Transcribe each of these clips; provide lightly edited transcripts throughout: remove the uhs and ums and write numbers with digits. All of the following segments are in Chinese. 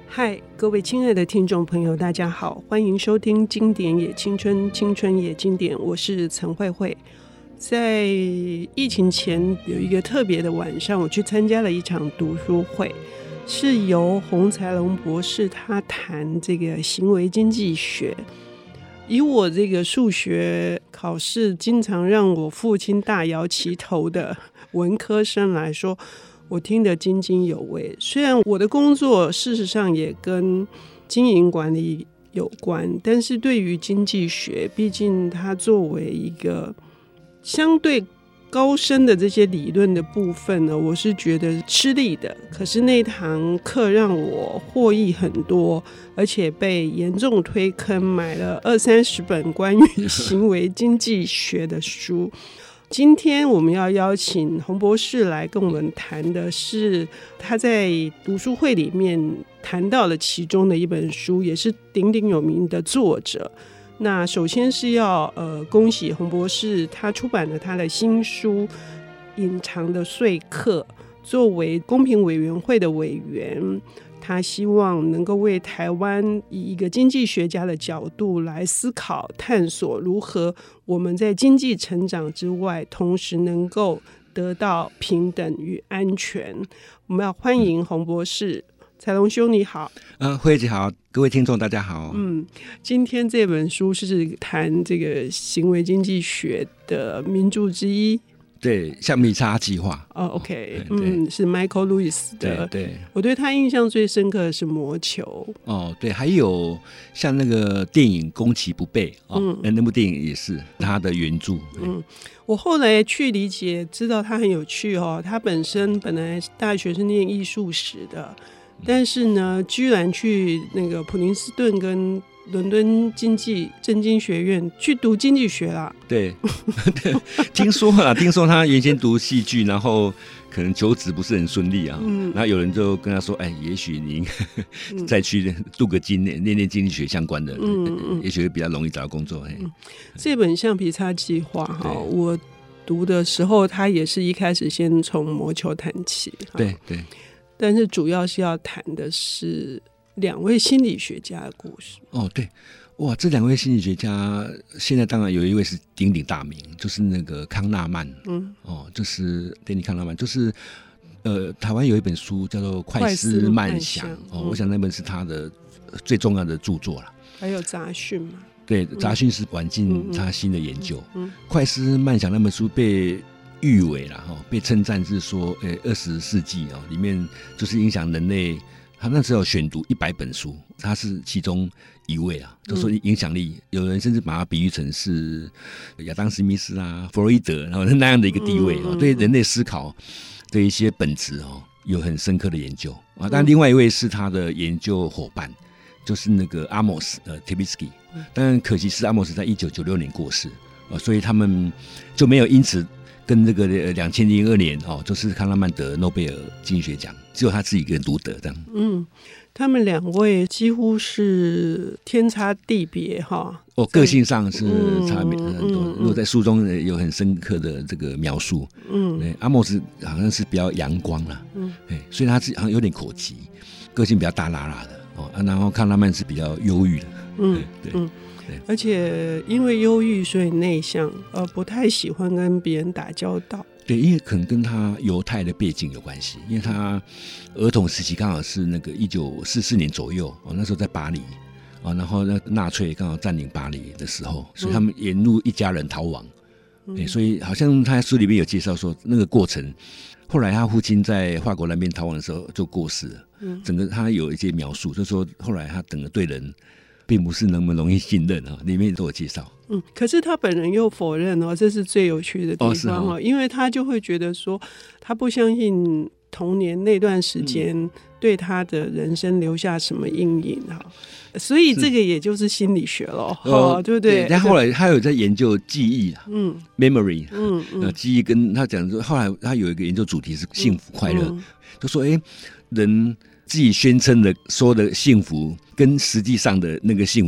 嗨，各位亲爱的听众朋友，大家好，欢迎收听经典也青春，青春也经典，我是陈慧慧。在疫情前有一个特别的晚上，我去参加了一场读书会，是由洪才龙博士他谈这个行为经济学。以我这个数学考试经常让我父亲大摇其头的文科生来说，我听得津津有味。虽然我的工作事实上也跟经营管理有关，但是对于经济学，毕竟它作为一个相对高深的这些理论的部分呢，我是觉得吃力的。可是那堂课让我获益很多，而且被严重推坑，买了20-30本关于行为经济学的书。今天我们要邀请洪博士来跟我们谈的是他在读书会里面谈到了其中的一本书，也是鼎鼎有名的作者。那首先是要恭喜洪博士，他出版了他的新书《隐藏的说客》，作为公平委员会的委员，他希望能够为台湾以一个经济学家的角度来思考探索，如何我们在经济成长之外，同时能够得到平等与安全。我们要欢迎洪博士。才龙兄你好。 慧姐好，各位听众大家好。 今天这本书是谈这个行为经济学的名著之一， 对，橡皮擦计划。 OK， 是 Michael Lewis 的。 对， 我对他印象最深刻的是魔球。 对，还有像那个电影《攻其不备》那部电影也是他的原著。 我后来去理解，知道他很有趣他本来大学是念艺术史的，但是呢，居然去那个普林斯顿跟伦敦政经学院去读经济学啦。 对，听说他原先读戏剧，然后可能求职不是很顺利啊。然后有人就跟他说：“也许你再去镀个金，念经济学相关的，也许会比较容易找到工作。” 这本橡皮擦计划我读的时候，他也是一开始先从魔球谈起。 对。 但是主要是要谈的是两位心理学家的故事。 对，哇，这两位心理学家现在当然有一位是鼎鼎大名，就是那个康纳曼。就是丹尼康纳曼，就是台湾有一本书叫做《快思慢想》我想那本是他的最重要的著作了。还有杂讯嘛？ 对，杂讯是晚近他新的研究。快思慢想那本书被誉为啦，被称赞是说，20世纪里面就是影响人类。他那时候选读100本书，他是其中一位啊，就说影响力，有人甚至把他比喻成是亚当·史密斯啊、弗洛伊德，然后那样的一个地位对人类思考的一些本质有很深刻的研究啊。但另外一位是他的研究伙伴，就是那个阿莫斯Tversky，但可惜是阿莫斯在1996年过世所以他们就没有因此跟这个2002年就是康纳曼得诺贝尔经济学奖，只有他自己一个人独得这样。 他们两位几乎是天差地别个性上是差别很多。如果在书中有很深刻的这个描述，阿莫斯好像是比较阳光啦，所以他是好像有点口疾，个性比较大喇喇的然后康纳曼是比较忧郁的。对。 而且因为忧郁所以内向，不太喜欢跟别人打交道。 对，因为可能跟他犹太的背景有关系，因为他儿童时期刚好是那个1944年左右那时候在巴黎然后纳粹刚好占领巴黎的时候，所以他们沿路一家人逃亡。所以好像他书里面有介绍说那个过程，后来他父亲在法国那边逃亡的时候就过世了。整个他有一些描述，就是说后来他整个对人并不是那么容易信任里面都有介绍。 可是他本人又否认这是最有趣的地方因为他就会觉得说他不相信童年那段时间对他的人生留下什么阴影所以这个也就是心理学了对不对？ 但后来他有在研究记忆memory 记忆，跟他讲说后来他有一个研究主题是幸福快乐，就说人自己宣称的说的幸福跟实际上的那个幸福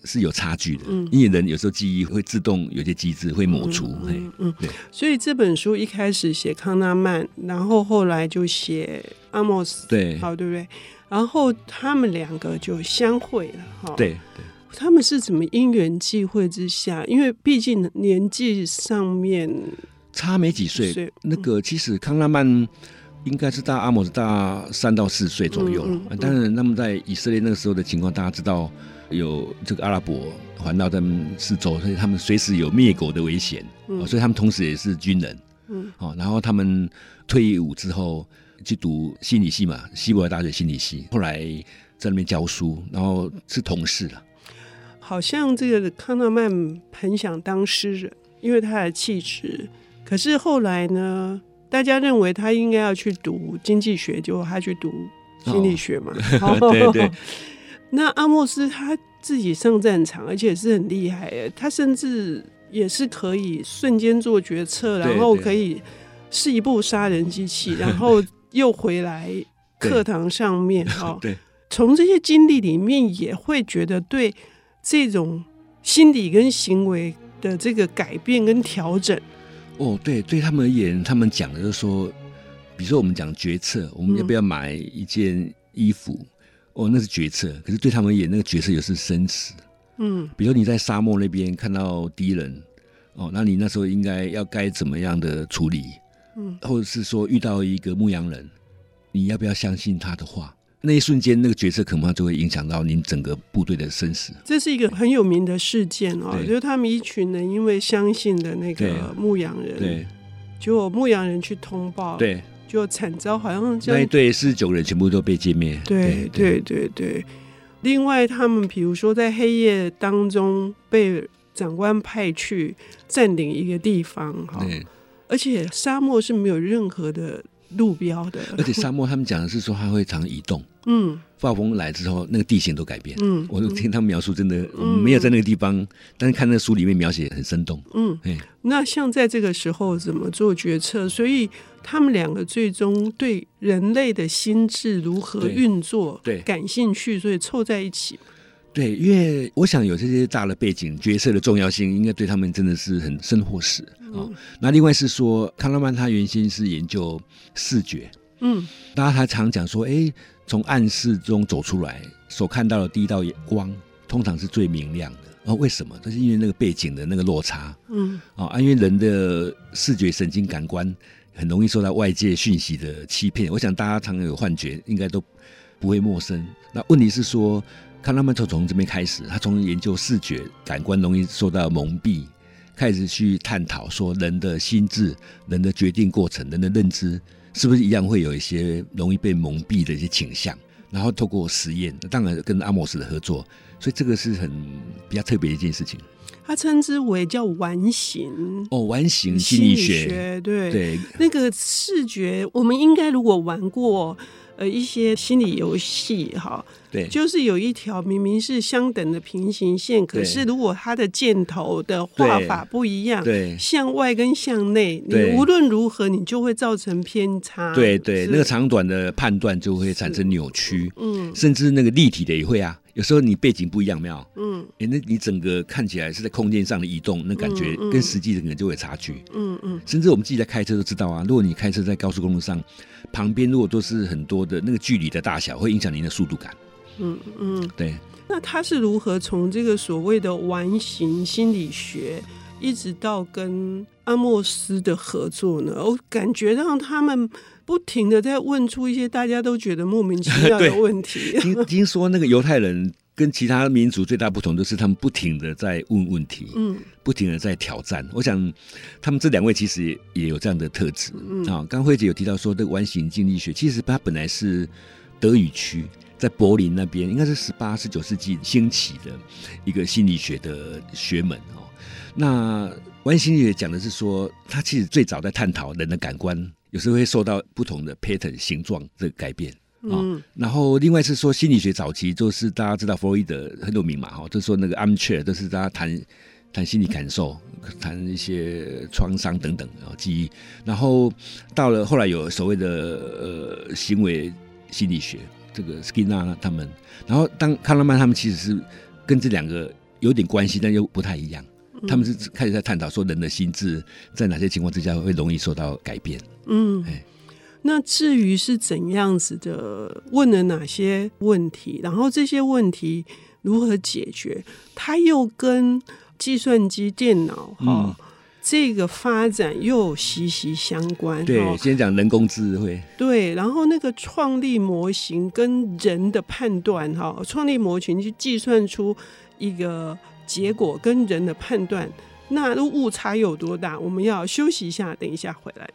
是有差距的，因为人有时候记忆会自动有些机制会抹除。对， 所以这本书一开始写康纳曼，然后后来就写阿莫斯， 对， 好，对不对？然后他们两个就相会了， 对。 他们是怎么因缘际会之下？因为毕竟年纪上面差没几岁，那个其实康纳曼应该是大阿莫斯大3到4岁左右了。当然，他们在以色列那个时候的情况，大家知道有这个阿拉伯环绕他们四周，所以他们随时有灭国的危险，所以他们同时也是军人。然后他们退役伍之后去读心理系嘛，希伯来大学心理系，后来在那边教书，然后是同事了。 好像这个康纳曼很想当诗人，因为他的气质。可是后来呢，大家认为他应该要去读经济学，结果他去读心理学嘛。 对对。 那阿莫斯他自己上战场，而且是很厉害的，他甚至也是可以瞬间做决策，然后可以是一部杀人机器，然后又回来课堂上面。 对， 从这些经历里面也会觉得对这种心理跟行为的这个改变跟调整。 对，对他们而言，他们讲的就是说，比如说我们讲决策，我们要不要买一件衣服，那是决策。可是对他们而言，那个决策也是生死。比如说你在沙漠那边看到敌人，那你那时候应该要该怎么样的处理？或者是说遇到一个牧羊人，你要不要相信他的话？那一瞬间，那个决策可能就会影响到您整个部队的生死。 这是一个很有名的事件就是他们一群人因为相信的那个牧羊人，对，结果牧羊人去通报， 对， 就惨遭，好像那一队49个人全部都被歼灭。 对对对对。另外，他们比如说在黑夜当中被长官派去占领一个地方，而且沙漠是没有任何的路标的， 而且沙漠他们讲的是说它会常移动，暴风来之后那个地形都改变。我听他们描述，真的我们没有在那个地方，但是看那个书里面描写很生动。 那像在这个时候怎么做决策？所以他们两个最终对人类的心智如何运作感兴趣，所以凑在一起。 对，因为我想有这些大的背景，角色的重要性应该对他们真的是很深获史。那另外是说，康纳曼他原先是研究视觉，大家还常讲说，从暗室中走出来，所看到的第一道光，通常是最明亮的。为什么？这是因为那个背景的那个落差。因为人的视觉神经感官很容易受到外界讯息的欺骗。我想大家常常有幻觉，应该都不会陌生。那问题是说，康纳曼从这边开始，他从研究视觉感官容易受到蒙蔽，开始去探讨说人的心智、人的决定过程、人的认知是不是一样会有一些容易被蒙蔽的一些倾向，然后透过实验，当然跟阿莫斯的合作，所以这个是很比较特别的一件事情。 他称之为叫完形完形心理学。 对，那个视觉，我们应该如果玩过一些心理游戏对， 就是有一条明明是相等的平行线，可是如果它的箭头的画法不一样， 对， 向外跟向内，你无论如何你就会造成偏差。 对，那个长短的判断就会产生扭曲，甚至那个立体的也会啊。有时候你背景不一样，没有？那你整个看起来是在空间上的移动，那感觉跟实际的可能就会有差距。甚至我们自己在开车都知道啊，如果你开车在高速公路上，旁边如果都是很多的那个距离的大小，会影响您的速度感。对。 那他是如何从这个所谓的完形心理学，一直到跟阿莫斯的合作呢？我感觉让他们不停的在问出一些大家都觉得莫名其妙的问题。 听说那个犹太人跟其他民族最大不同就是他们不停的在问问题，不停的在挑战。我想他们这两位其实也有这样的特质。刚慧姐有提到说，这个完形心理学其实它本来是德语区，在柏林那边应该是18、19世纪兴起的一个心理学的学门。那完形心理学讲的是说，它其实最早在探讨人的感官有时候会受到不同的 pattern 形状的改变。然后另外是说心理学早期就是大家知道弗洛伊德很有名嘛，就是说那个 armchair 都是大家谈心理感受，谈一些创伤等等记忆。然后到了后来有所谓的行为心理学，这个 Skinner 他们，然后当康纳曼他们其实是跟这两个有点关系，但又不太一样。他们是开始在探讨说人的心智在哪些情况之下会容易受到改变。 那至于是怎样子的，问了哪些问题，然后这些问题如何解决，它又跟计算机电脑这个发展又息息相关。 对，先讲人工智慧。 对，然后那个创立模型跟人的判断，创立模型去计算出一个结果跟人的判断，那误差有多大？我们要休息一下，等一下回来。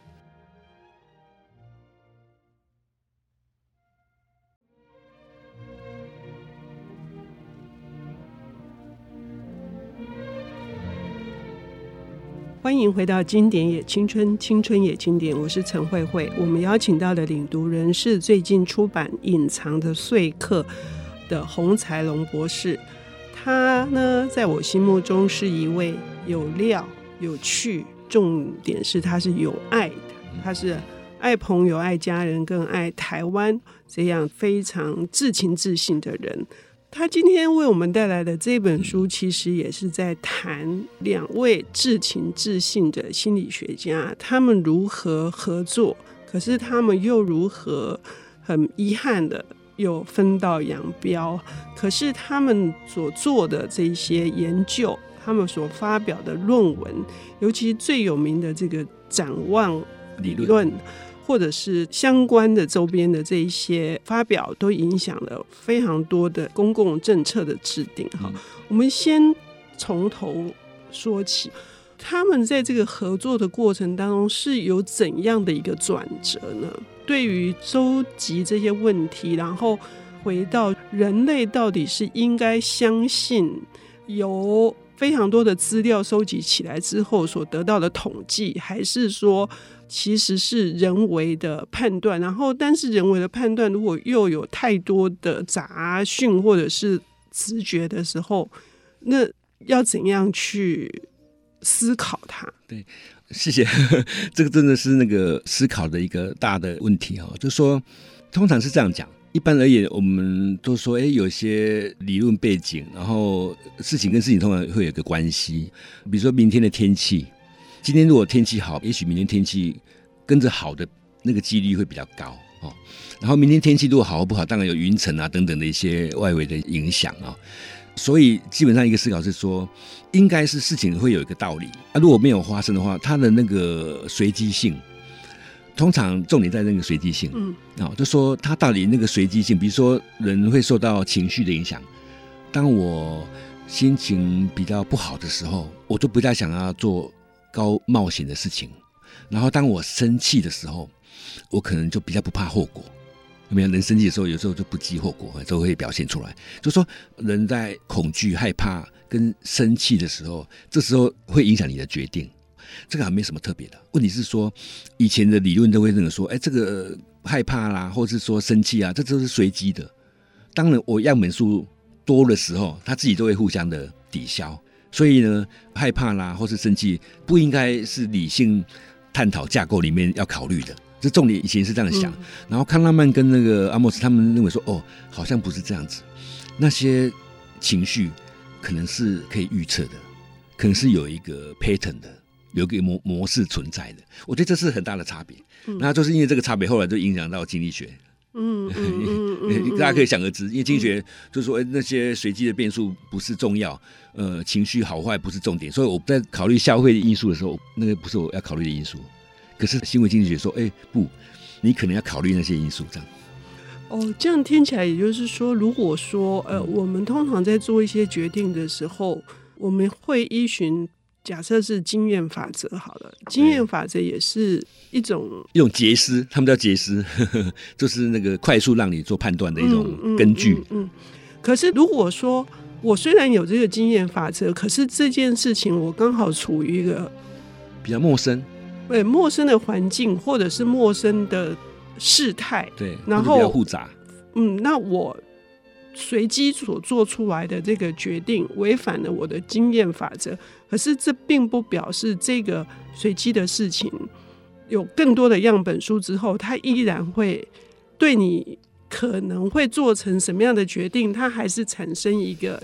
欢迎回到经典也青春，青春也经典，我是陈慧慧。我们邀请到的领读人是最近出版《隐藏的说客》的洪才龙博士。他呢，在我心目中是一位有料、有趣，重点是他是有爱的，他是爱朋友、爱家人，更爱台湾，这样非常至情至性的人。他今天为我们带来的这本书，其实也是在谈两位至情至性的心理学家，他们如何合作，可是他们又如何很遗憾的又分道扬镳。可是他们所做的这些研究，他们所发表的论文，尤其最有名的这个展望理论，或者是相关的周边的这一些发表，都影响了非常多的公共政策的制定。我们先从头说起，他们在这个合作的过程当中是有怎样的一个转折呢？对于收集这些问题，然后回到人类到底是应该相信由非常多的资料收集起来之后所得到的统计，还是说其实是人为的判断，然后但是人为的判断如果又有太多的杂讯或者是直觉的时候，那要怎样去思考它？ 对，谢谢。这个真的是那个思考的一个大的问题。就是说通常是这样讲，一般而言我们都说有些理论背景，然后事情跟事情通常会有一个关系。比如说明天的天气，今天如果天气好，也许明天天气跟着好的那个几率会比较高。然后明天天气如果好或不好，当然有云层啊等等的一些外围的影响。所以基本上一个思考是说，应该是事情会有一个道理，如果没有发生的话，它的那个随机性，通常重点在那个随机性。就说它到底那个随机性，比如说人会受到情绪的影响，当我心情比较不好的时候，我就不太想要做高冒险的事情，然后当我生气的时候，我可能就比较不怕后果。有没有人生气的时候，有时候就不计后果，都会表现出来。就是说人在恐惧、害怕跟生气的时候，这时候会影响你的决定。这个还没什么特别的。问题是说，以前的理论都会认为说，这个害怕啦，或是说生气啊，这都是随机的。当然我样本数多的时候，它自己都会互相的抵消。所以呢，害怕啦或是生气不应该是理性探讨架构里面要考虑的。这重点以前是这样想。然后康拉曼跟那个阿莫斯他们认为说，好像不是这样子，那些情绪可能是可以预测的，可能是有一个 pattern 的，有一个模式存在的。我觉得这是很大的差别。那就是因为这个差别，后来就影响到经济学。大家可以想而知，因为经济学就是说，那些随机的变数不是重要，情绪好坏不是重点。所以我在考虑消费的因素的时候，那个不是我要考虑的因素。可是行为经济学说，不，你可能要考虑那些因素，这样。 这样听起来，也就是说，如果说我们通常在做一些决定的时候，我们会依循假设是经验法则好了，经验法则也是一种捷思，他们叫捷思，就是那个快速让你做判断的一种根据。 可是如果说我虽然有这个经验法则，可是这件事情我刚好处于一个比较陌生的环境，或者是陌生的事态， 对， 然后比较复杂。 那我随机所做出来的这个决定违反了我的经验法则，可是这并不表示这个随机的事情有更多的样本数之后，它依然会对你可能会做成什么样的决定，它还是产生一个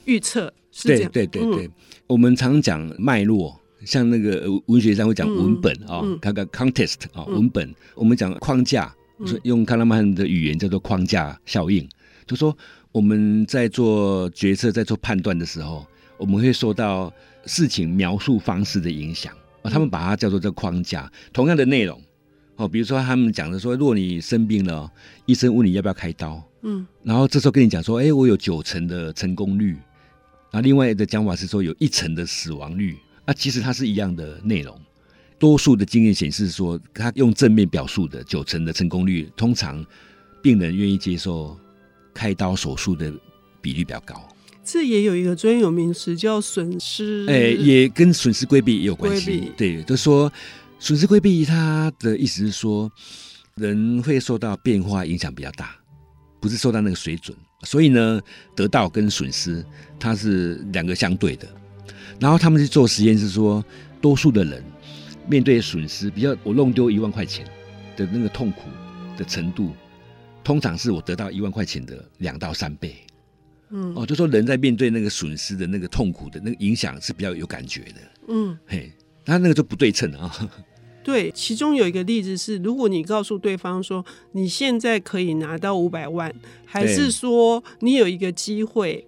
预测，是这样。 对，我们常讲脉络，像那个文学上会讲文本看看 context 文本，我们讲框架，用卡拉曼的语言叫做框架效应，就说我们在做决策、在做判断的时候，我们会受到事情描述方式的影响，他们把它叫做这框架。同样的内容，比如说他们讲的说，如果你生病了，医生问你要不要开刀，然后这时候跟你讲说，我有9成的成功率，然后另外的讲法是说有1成的死亡率，其实它是一样的内容。多数的经验显示说，他用正面表述的9成的成功率，通常病人愿意接受开刀手术的比率比较高。 这也有一个专有名词叫损失， 也跟损失规避也有关系。对，就是说损失规避，它的意思是说，人会受到变化影响比较大，不是受到那个水准。所以呢，得到跟损失它是两个相对的。然后他们去做实验是说，多数的人面对损失，比较我弄丢1万块钱的那个痛苦的程度，通常是我得到1万块钱的2到3倍。就说人在面对那个损失的那个痛苦的那个影响是比较有感觉的。他那个就不对称啊。 对，其中有一个例子是，如果你告诉对方说你现在可以拿到500万，还是说你有一个机会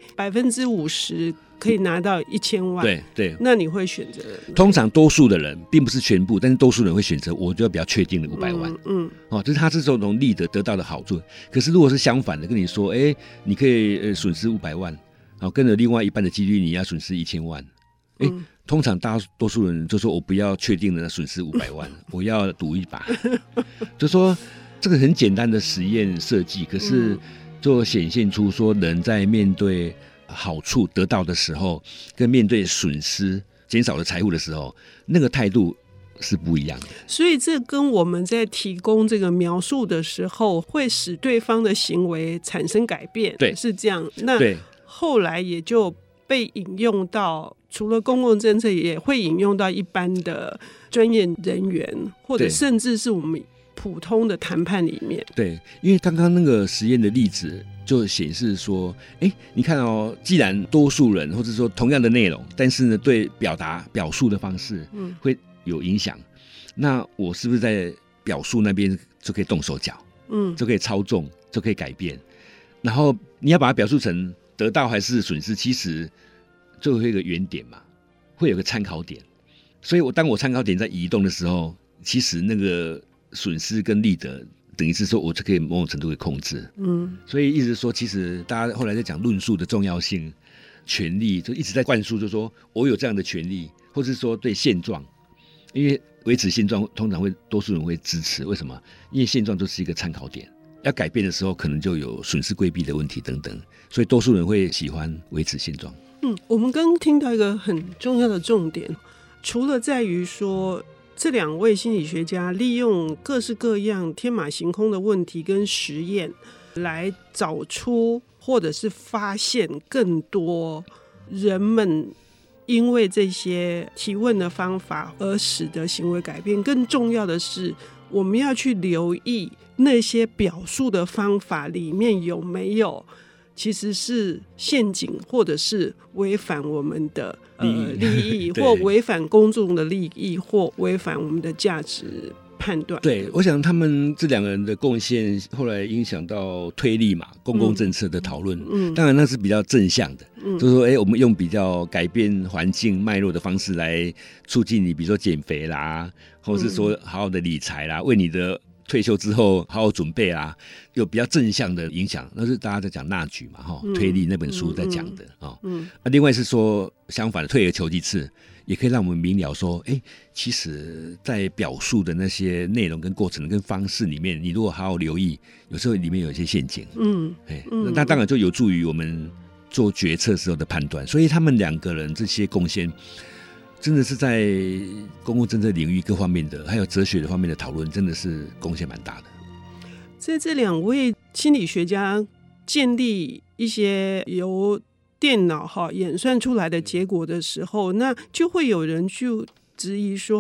50%可以拿到1000万， 对， 那你会选择？ 通常多数的人，并不是全部，但是多数人会选择我就要比较确定的500万。就是他是从利得到的好处。可是如果是相反的，跟你说，你可以损失500万，跟着另外一半的几率你要损失1000万。通常大多数人就说我不要确定的损失500万，我要赌一把。就说这个很简单的实验设计，可是就显现出说人在面对好处得到的时候，跟面对损失减少了财富的时候，那个态度是不一样的。 所以这跟我们在提供这个描述的时候，会使对方的行为产生改变， 对， 是这样。那后来也就被引用到，除了公共政策，也会引用到一般的专业人员，或者甚至是我们普通的谈判里面。 对，因为刚刚那个实验的例子就显示说，你看既然多数人或者说同样的内容，但是呢对表述的方式会有影响，那我是不是在表述那边就可以动手脚，就可以操纵，就可以改变？然后你要把它表述成得到还是损失，其实就会有一个原点嘛，会有个参考点。所以当我参考点在移动的时候，其实那个损失跟利得等于是说我就可以某种程度的控制。所以意思是说，其实大家后来在讲论述的重要性，权利就一直在灌输，就是说我有这样的权利，或是说对现状，因为维持现状通常会多数人会支持。为什么？因为现状就是一个参考点，要改变的时候可能就有损失规避的问题等等，所以多数人会喜欢维持现状。 我们刚听到一个很重要的重点，除了在于说这2位心理学家利用各式各样天马行空的问题跟实验来找出或者是发现更多人们因为这些提问的方法而使得行为改变，更重要的是我们要去留意那些表述的方法里面有没有其实是陷阱，或者是违反我们的利益，或违反公众的利益，或违反我们的价值判断。 对，我想他们这2个人的贡献后来影响到推力嘛，公共政策的讨论。当然那是比较正向的，就是说我们用比较改变环境脉络的方式来促进你，比如说减肥啦，或者是说好好的理财啦，为你的退休之后好好准备啦，有比较正向的影响。那是大家在讲纳举嘛，推力那本书在讲的。另外是说相反的，退而求其次，也可以让我们明了说，其实在表述的那些内容跟过程跟方式里面，你如果好好留意，有时候里面有一些陷阱。那当然就有助于我们做决策时候的判断。所以他们2个人这些贡献真的是在公共政策领域各方面的，还有哲学的方面的讨论，真的是贡献蛮大的。 在这2位心理学家建立一些由电脑演算出来的结果的时候，那就会有人去质疑说，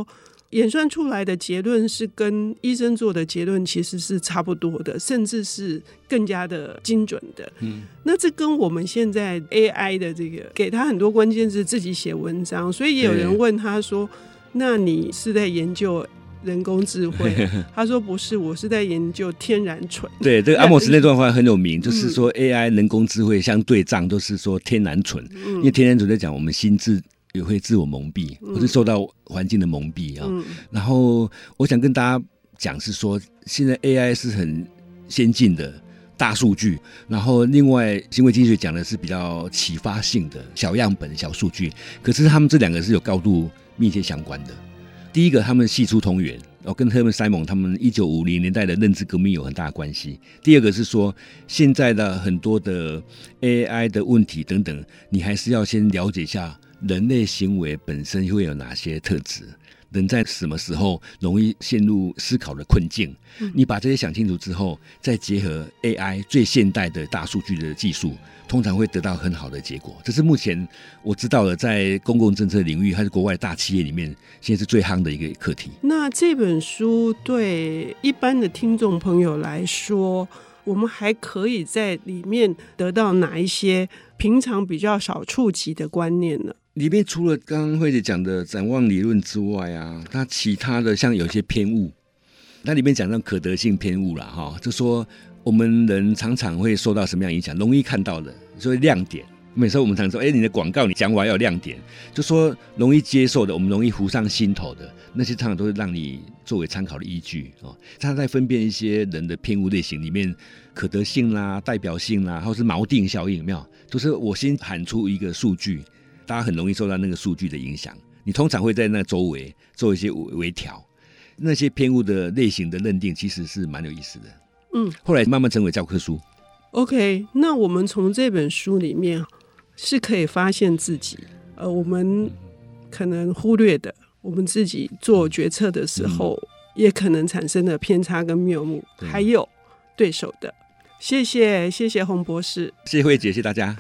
演算出来的结论是跟医生做的结论其实是差不多的，甚至是更加的精准的。那这跟我们现在 AI 的这个给他很多关键字自己写文章，所以也有人问他说，那你是在研究人工智慧？他说不是，我是在研究天然醇。 对，这个阿莫斯那段话很有名，就是说 AI 人工智慧相对账都是说天然醇，因为天然醇在讲我们心智也会自我蒙蔽，或是受到环境的蒙蔽啊。然后我想跟大家讲是说，现在 AI 是很先进的大数据，然后另外行为经济学讲的是比较启发性的小样本小数据，可是他们这两个是有高度密切相关的。第一个，他们系出同源，跟赫曼·塞蒙他们1950年代的认知革命有很大的关系。第二个是说，现在的很多的 AI 的问题等等，你还是要先了解一下人类行为本身会有哪些特质，人在什么时候容易陷入思考的困境。你把这些想清楚之后，再结合 AI 最现代的大数据的技术，通常会得到很好的结果。这是目前我知道的在公共政策领域还是国外大企业里面现在是最夯的一个课题。 那这本书对一般的听众朋友来说，我们还可以在里面得到哪一些平常比较少触及的观念呢？ 里面除了刚刚慧姐讲的展望理论之外啊，它其他的像有些偏误，它里面讲到可得性偏误啦，就说我们人常常会受到什么样影响，容易看到的，所以亮点。每次我们常说，你的广告你讲话要有亮点，就说容易接受的，我们容易浮上心头的那些，常常都是让你作为参考的依据。他在分辨一些人的偏误类型里面，可得性啦、代表性啦，或是锚定效应，有没有？就是我先喊出一个数据，大家很容易受到那个数据的影响，你通常会在那周围做一些微调。那些偏误的类型的认定其实是蛮有意思的。后来慢慢成为教科书。 OK， 那我们从这本书里面是可以发现自己我们可能忽略的，我们自己做决策的时候也可能产生的偏差跟谬误，还有对手的。谢谢洪博士， 谢谢慧姐，谢谢大家。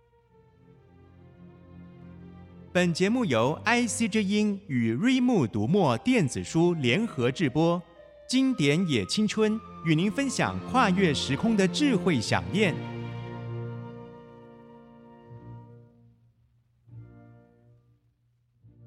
本节目由 IC 之音与瑞木读墨电子书联合制播，经典也青春与您分享跨越时空的智慧饗宴。